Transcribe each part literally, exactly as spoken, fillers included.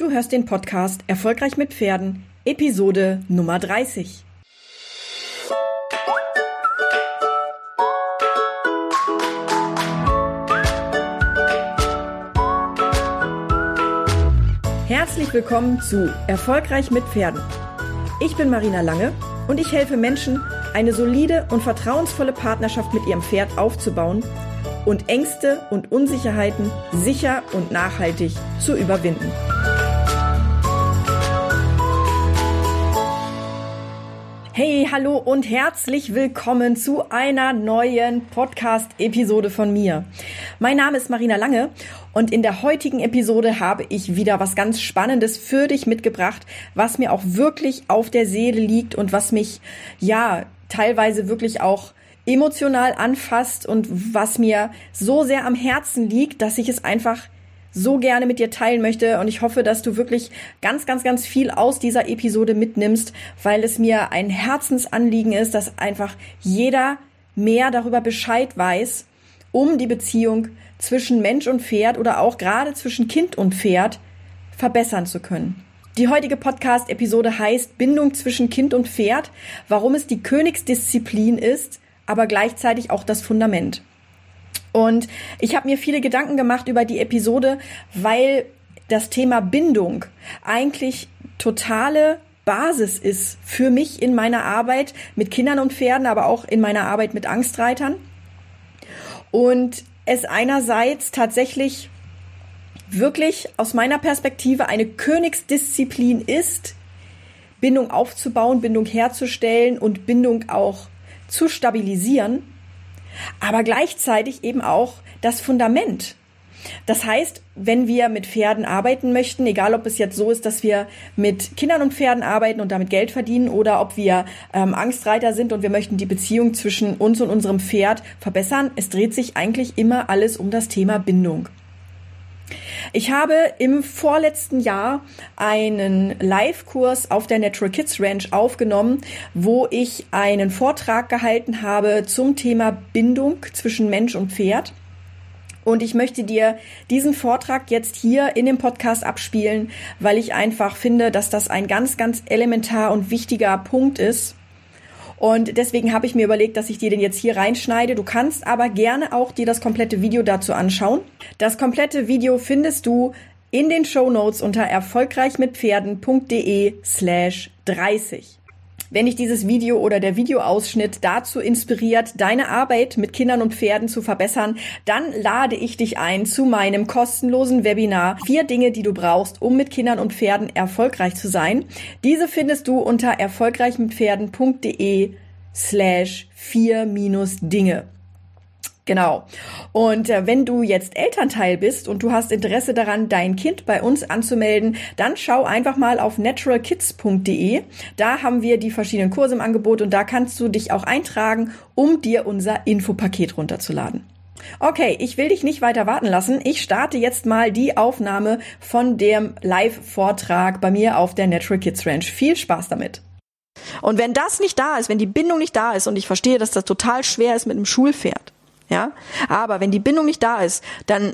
Du hörst den Podcast Erfolgreich mit Pferden, Episode Nummer dreißig. Herzlich willkommen zu Erfolgreich mit Pferden. Ich bin Marina Lange und ich helfe Menschen, eine solide und vertrauensvolle Partnerschaft mit ihrem Pferd aufzubauen und Ängste und Unsicherheiten sicher und nachhaltig zu überwinden. Hey, hallo und herzlich willkommen zu einer neuen Podcast-Episode von mir. Mein Name ist Marina Lange und in der heutigen Episode habe ich wieder was ganz Spannendes für dich mitgebracht, was mir auch wirklich auf der Seele liegt und was mich, ja, teilweise wirklich auch emotional anfasst und was mir so sehr am Herzen liegt, dass ich es einfach so gerne mit dir teilen möchte, und ich hoffe, dass du wirklich ganz, ganz, ganz viel aus dieser Episode mitnimmst, weil es mir ein Herzensanliegen ist, dass einfach jeder mehr darüber Bescheid weiß, um die Beziehung zwischen Mensch und Pferd oder auch gerade zwischen Kind und Pferd verbessern zu können. Die heutige Podcast-Episode heißt Bindung zwischen Kind und Pferd, warum es die Königsdisziplin ist, aber gleichzeitig auch das Fundament. Und ich habe mir viele Gedanken gemacht über die Episode, weil das Thema Bindung eigentlich totale Basis ist für mich in meiner Arbeit mit Kindern und Pferden, aber auch in meiner Arbeit mit Angstreitern. Und es einerseits tatsächlich wirklich aus meiner Perspektive eine Königsdisziplin ist, Bindung aufzubauen, Bindung herzustellen und Bindung auch zu stabilisieren, aber gleichzeitig eben auch das Fundament. Das heißt, wenn wir mit Pferden arbeiten möchten, egal ob es jetzt so ist, dass wir mit Kindern und Pferden arbeiten und damit Geld verdienen, oder ob wir ähm, Angstreiter sind und wir möchten die Beziehung zwischen uns und unserem Pferd verbessern, es dreht sich eigentlich immer alles um das Thema Bindung. Ich habe im vorletzten Jahr einen Live-Kurs auf der Natural Kids Ranch aufgenommen, wo ich einen Vortrag gehalten habe zum Thema Bindung zwischen Mensch und Pferd. Und ich möchte dir diesen Vortrag jetzt hier in dem Podcast abspielen, weil ich einfach finde, dass das ein ganz, ganz elementar und wichtiger Punkt ist. Und deswegen habe ich mir überlegt, dass ich dir den jetzt hier reinschneide. Du kannst aber gerne auch dir das komplette Video dazu anschauen. Das komplette Video findest du in den Shownotes unter erfolgreichmitpferden.de slash 30. Wenn dich dieses Video oder der Videoausschnitt dazu inspiriert, deine Arbeit mit Kindern und Pferden zu verbessern, dann lade ich dich ein zu meinem kostenlosen Webinar Vier Dinge, die du brauchst, um mit Kindern und Pferden erfolgreich zu sein. Diese findest du unter erfolgreichmitpferden.de slash vier minus Dinge. Genau. Und äh, wenn du jetzt Elternteil bist und du hast Interesse daran, dein Kind bei uns anzumelden, dann schau einfach mal auf natural kids punkt de. Da haben wir die verschiedenen Kurse im Angebot und da kannst du dich auch eintragen, um dir unser Infopaket runterzuladen. Okay, ich will dich nicht weiter warten lassen. Ich starte jetzt mal die Aufnahme von dem Live-Vortrag bei mir auf der Natural Kids Ranch. Viel Spaß damit. Und wenn das nicht da ist, wenn die Bindung nicht da ist, und ich verstehe, dass das total schwer ist mit einem Schulpferd, ja, aber wenn die Bindung nicht da ist, dann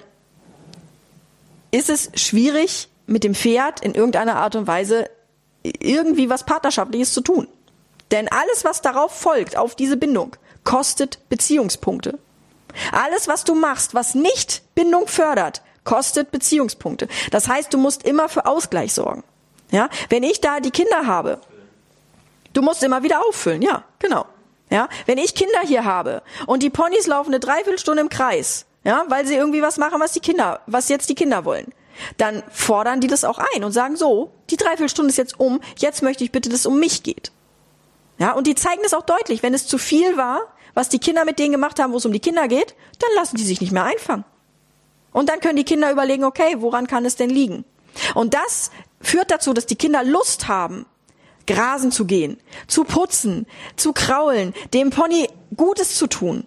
ist es schwierig, mit dem Pferd in irgendeiner Art und Weise irgendwie was Partnerschaftliches zu tun. Denn alles, was darauf folgt, auf diese Bindung, kostet Beziehungspunkte. Alles, was du machst, was nicht Bindung fördert, kostet Beziehungspunkte. Das heißt, du musst immer für Ausgleich sorgen. Ja, wenn ich da die Kinder habe, du musst immer wieder auffüllen, ja, genau. Ja, wenn ich Kinder hier habe und die Ponys laufen eine Dreiviertelstunde im Kreis, ja, weil sie irgendwie was machen, was die Kinder, was jetzt die Kinder wollen, dann fordern die das auch ein und sagen so, die Dreiviertelstunde ist jetzt um, jetzt möchte ich bitte, dass es um mich geht. Ja, und die zeigen das auch deutlich, wenn es zu viel war, was die Kinder mit denen gemacht haben, wo es um die Kinder geht, dann lassen die sich nicht mehr einfangen. Und dann können die Kinder überlegen, okay, woran kann es denn liegen? Und das führt dazu, dass die Kinder Lust haben, grasen zu gehen, zu putzen, zu kraulen, dem Pony Gutes zu tun.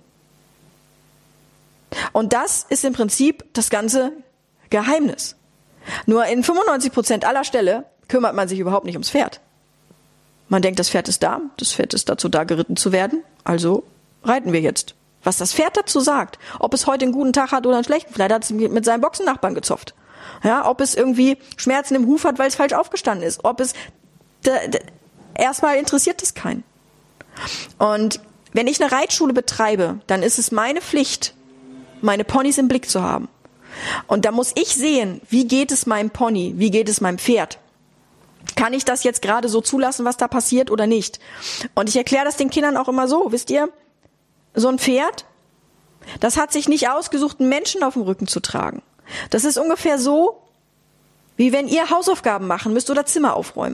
Und das ist im Prinzip das ganze Geheimnis. Nur in fünfundneunzig Prozent aller Fälle kümmert man sich überhaupt nicht ums Pferd. Man denkt, das Pferd ist da, das Pferd ist dazu da, geritten zu werden, also reiten wir jetzt. Was das Pferd dazu sagt, ob es heute einen guten Tag hat oder einen schlechten, vielleicht hat es mit seinem Boxennachbarn gezopft. Ja, ob es irgendwie Schmerzen im Huf hat, weil es falsch aufgestanden ist. Ob es, d- d- erstmal interessiert es keinen. Und wenn ich eine Reitschule betreibe, dann ist es meine Pflicht, meine Ponys im Blick zu haben. Und da muss ich sehen, wie geht es meinem Pony, wie geht es meinem Pferd. Kann ich das jetzt gerade so zulassen, was da passiert oder nicht? Und ich erkläre das den Kindern auch immer so, wisst ihr, so ein Pferd, das hat sich nicht ausgesucht, einen Menschen auf dem Rücken zu tragen. Das ist ungefähr so, wie wenn ihr Hausaufgaben machen müsst oder Zimmer aufräumen.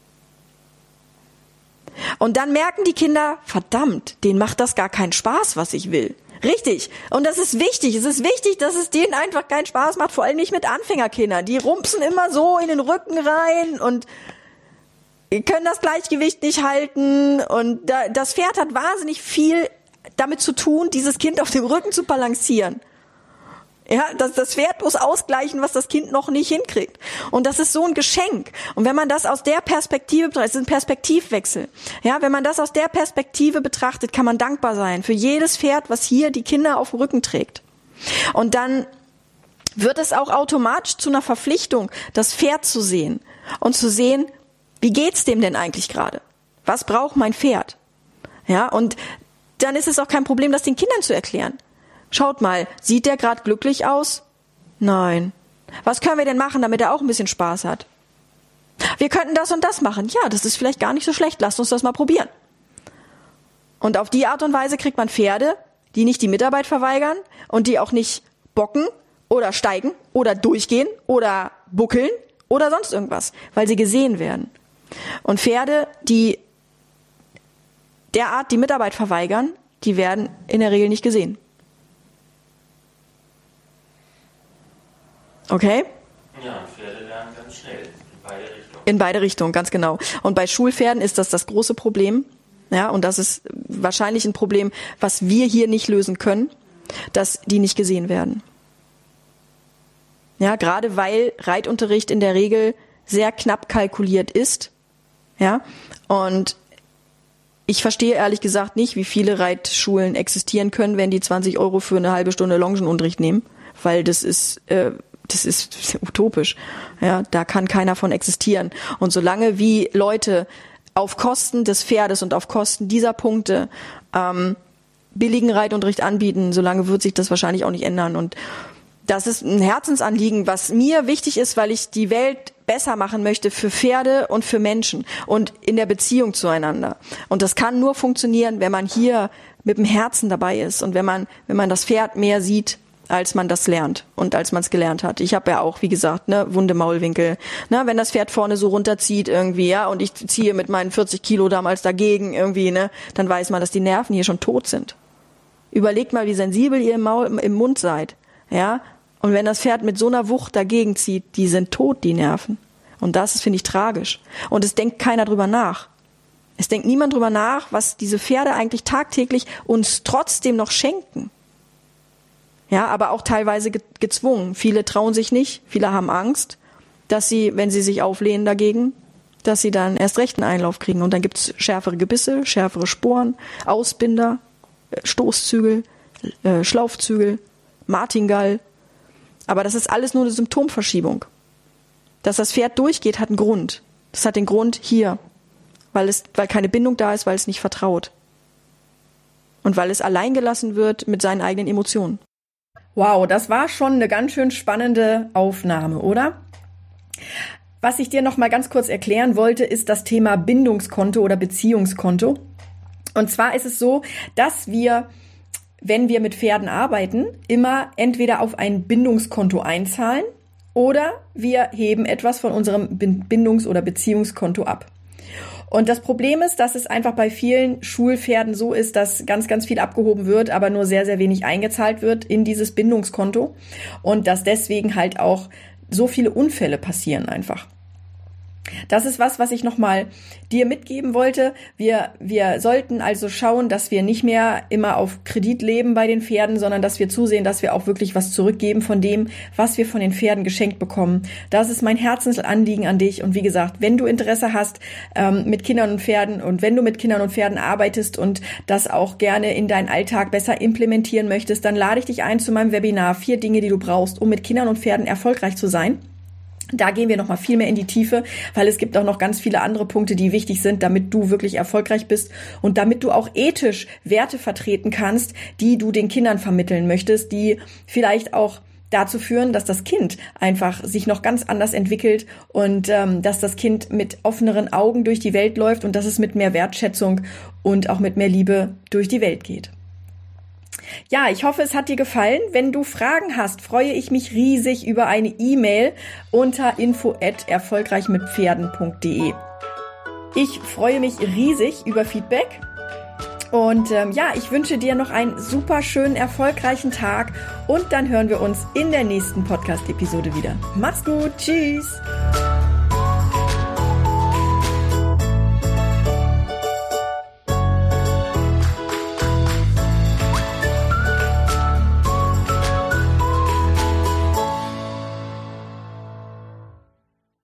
Und dann merken die Kinder, verdammt, denen macht das gar keinen Spaß, was ich will. Richtig. Und das ist wichtig. Es ist wichtig, dass es denen einfach keinen Spaß macht, vor allem nicht mit Anfängerkindern. Die rumpsen immer so in den Rücken rein und können das Gleichgewicht nicht halten. Und das Pferd hat wahnsinnig viel damit zu tun, dieses Kind auf dem Rücken zu balancieren. Ja, das, das Pferd muss ausgleichen, was das Kind noch nicht hinkriegt. Und das ist so ein Geschenk. Und wenn man das aus der Perspektive betrachtet, es ist ein Perspektivwechsel. Ja, wenn man das aus der Perspektive betrachtet, kann man dankbar sein für jedes Pferd, was hier die Kinder auf dem Rücken trägt. Und dann wird es auch automatisch zu einer Verpflichtung, das Pferd zu sehen und zu sehen, wie geht's dem denn eigentlich gerade? Was braucht mein Pferd? Ja, und dann ist es auch kein Problem, das den Kindern zu erklären. Schaut mal, sieht der gerade glücklich aus? Nein. Was können wir denn machen, damit er auch ein bisschen Spaß hat? Wir könnten das und das machen. Ja, das ist vielleicht gar nicht so schlecht. Lasst uns das mal probieren. Und auf die Art und Weise kriegt man Pferde, die nicht die Mitarbeit verweigern und die auch nicht bocken oder steigen oder durchgehen oder buckeln oder sonst irgendwas, weil sie gesehen werden. Und Pferde, die derart die Mitarbeit verweigern, die werden in der Regel nicht gesehen. Okay? Ja, Pferde lernen ganz schnell, in beide Richtungen. In beide Richtungen, ganz genau. Und bei Schulpferden ist das das große Problem. Ja, und das ist wahrscheinlich ein Problem, was wir hier nicht lösen können, dass die nicht gesehen werden. Ja, gerade weil Reitunterricht in der Regel sehr knapp kalkuliert ist. Ja, und ich verstehe ehrlich gesagt nicht, wie viele Reitschulen existieren können, wenn die zwanzig Euro für eine halbe Stunde Longenunterricht nehmen, weil das ist, äh, das ist utopisch. Ja, da kann keiner von existieren. Und solange wie Leute auf Kosten des Pferdes und auf Kosten dieser Punkte ähm, billigen Reitunterricht anbieten, solange wird sich das wahrscheinlich auch nicht ändern. Und das ist ein Herzensanliegen, was mir wichtig ist, weil ich die Welt besser machen möchte für Pferde und für Menschen und in der Beziehung zueinander. Und das kann nur funktionieren, wenn man hier mit dem Herzen dabei ist und wenn man, wenn man das Pferd mehr sieht, als man das lernt und als man es gelernt hat. Ich habe ja auch, wie gesagt, ne, wunde Maulwinkel. Ne, wenn das Pferd vorne so runterzieht irgendwie, ja, und ich ziehe mit meinen vierzig Kilo damals dagegen irgendwie, ne, dann weiß man, dass die Nerven hier schon tot sind. Überlegt mal, wie sensibel ihr im, Maul, im Mund seid, ja. Und wenn das Pferd mit so einer Wucht dagegen zieht, die sind tot, die Nerven. Und das finde ich tragisch. Und es denkt keiner drüber nach. Es denkt niemand drüber nach, was diese Pferde eigentlich tagtäglich uns trotzdem noch schenken. Ja, aber auch teilweise ge- gezwungen. Viele trauen sich nicht, viele haben Angst, dass sie, wenn sie sich auflehnen dagegen, dass sie dann erst recht einen Einlauf kriegen. Und dann gibt's schärfere Gebisse, schärfere Sporen, Ausbinder, Stoßzügel, äh, Schlaufzügel, Martingall. Aber das ist alles nur eine Symptomverschiebung. Dass das Pferd durchgeht, hat einen Grund. Das hat den Grund hier, weil es, weil keine Bindung da ist, weil es nicht vertraut. Und weil es allein gelassen wird mit seinen eigenen Emotionen. Wow, das war schon eine ganz schön spannende Aufnahme, oder? Was ich dir noch mal ganz kurz erklären wollte, ist das Thema Bindungskonto oder Beziehungskonto. Und zwar ist es so, dass wir, wenn wir mit Pferden arbeiten, immer entweder auf ein Bindungskonto einzahlen oder wir heben etwas von unserem Bindungs- oder Beziehungskonto ab. Und das Problem ist, dass es einfach bei vielen Schulpferden so ist, dass ganz, ganz viel abgehoben wird, aber nur sehr, sehr wenig eingezahlt wird in dieses Bindungskonto und dass deswegen halt auch so viele Unfälle passieren einfach. Das ist was, was ich nochmal dir mitgeben wollte. Wir, wir sollten also schauen, dass wir nicht mehr immer auf Kredit leben bei den Pferden, sondern dass wir zusehen, dass wir auch wirklich was zurückgeben von dem, was wir von den Pferden geschenkt bekommen. Das ist mein Herzensanliegen an dich. Und wie gesagt, wenn du Interesse hast ähm, mit Kindern und Pferden und wenn du mit Kindern und Pferden arbeitest und das auch gerne in deinen Alltag besser implementieren möchtest, dann lade ich dich ein zu meinem Webinar Vier Dinge, die du brauchst, um mit Kindern und Pferden erfolgreich zu sein. Da gehen wir noch mal viel mehr in die Tiefe, weil es gibt auch noch ganz viele andere Punkte, die wichtig sind, damit du wirklich erfolgreich bist und damit du auch ethisch Werte vertreten kannst, die du den Kindern vermitteln möchtest, die vielleicht auch dazu führen, dass das Kind einfach sich noch ganz anders entwickelt und ähm, dass das Kind mit offeneren Augen durch die Welt läuft und dass es mit mehr Wertschätzung und auch mit mehr Liebe durch die Welt geht. Ja, ich hoffe, es hat dir gefallen. Wenn du Fragen hast, freue ich mich riesig über eine E-Mail unter info at erfolgreich mit pferden punkt de. Ich freue mich riesig über Feedback und ähm, ja, ich wünsche dir noch einen super schönen, erfolgreichen Tag und dann hören wir uns in der nächsten Podcast-Episode wieder. Mach's gut, tschüss!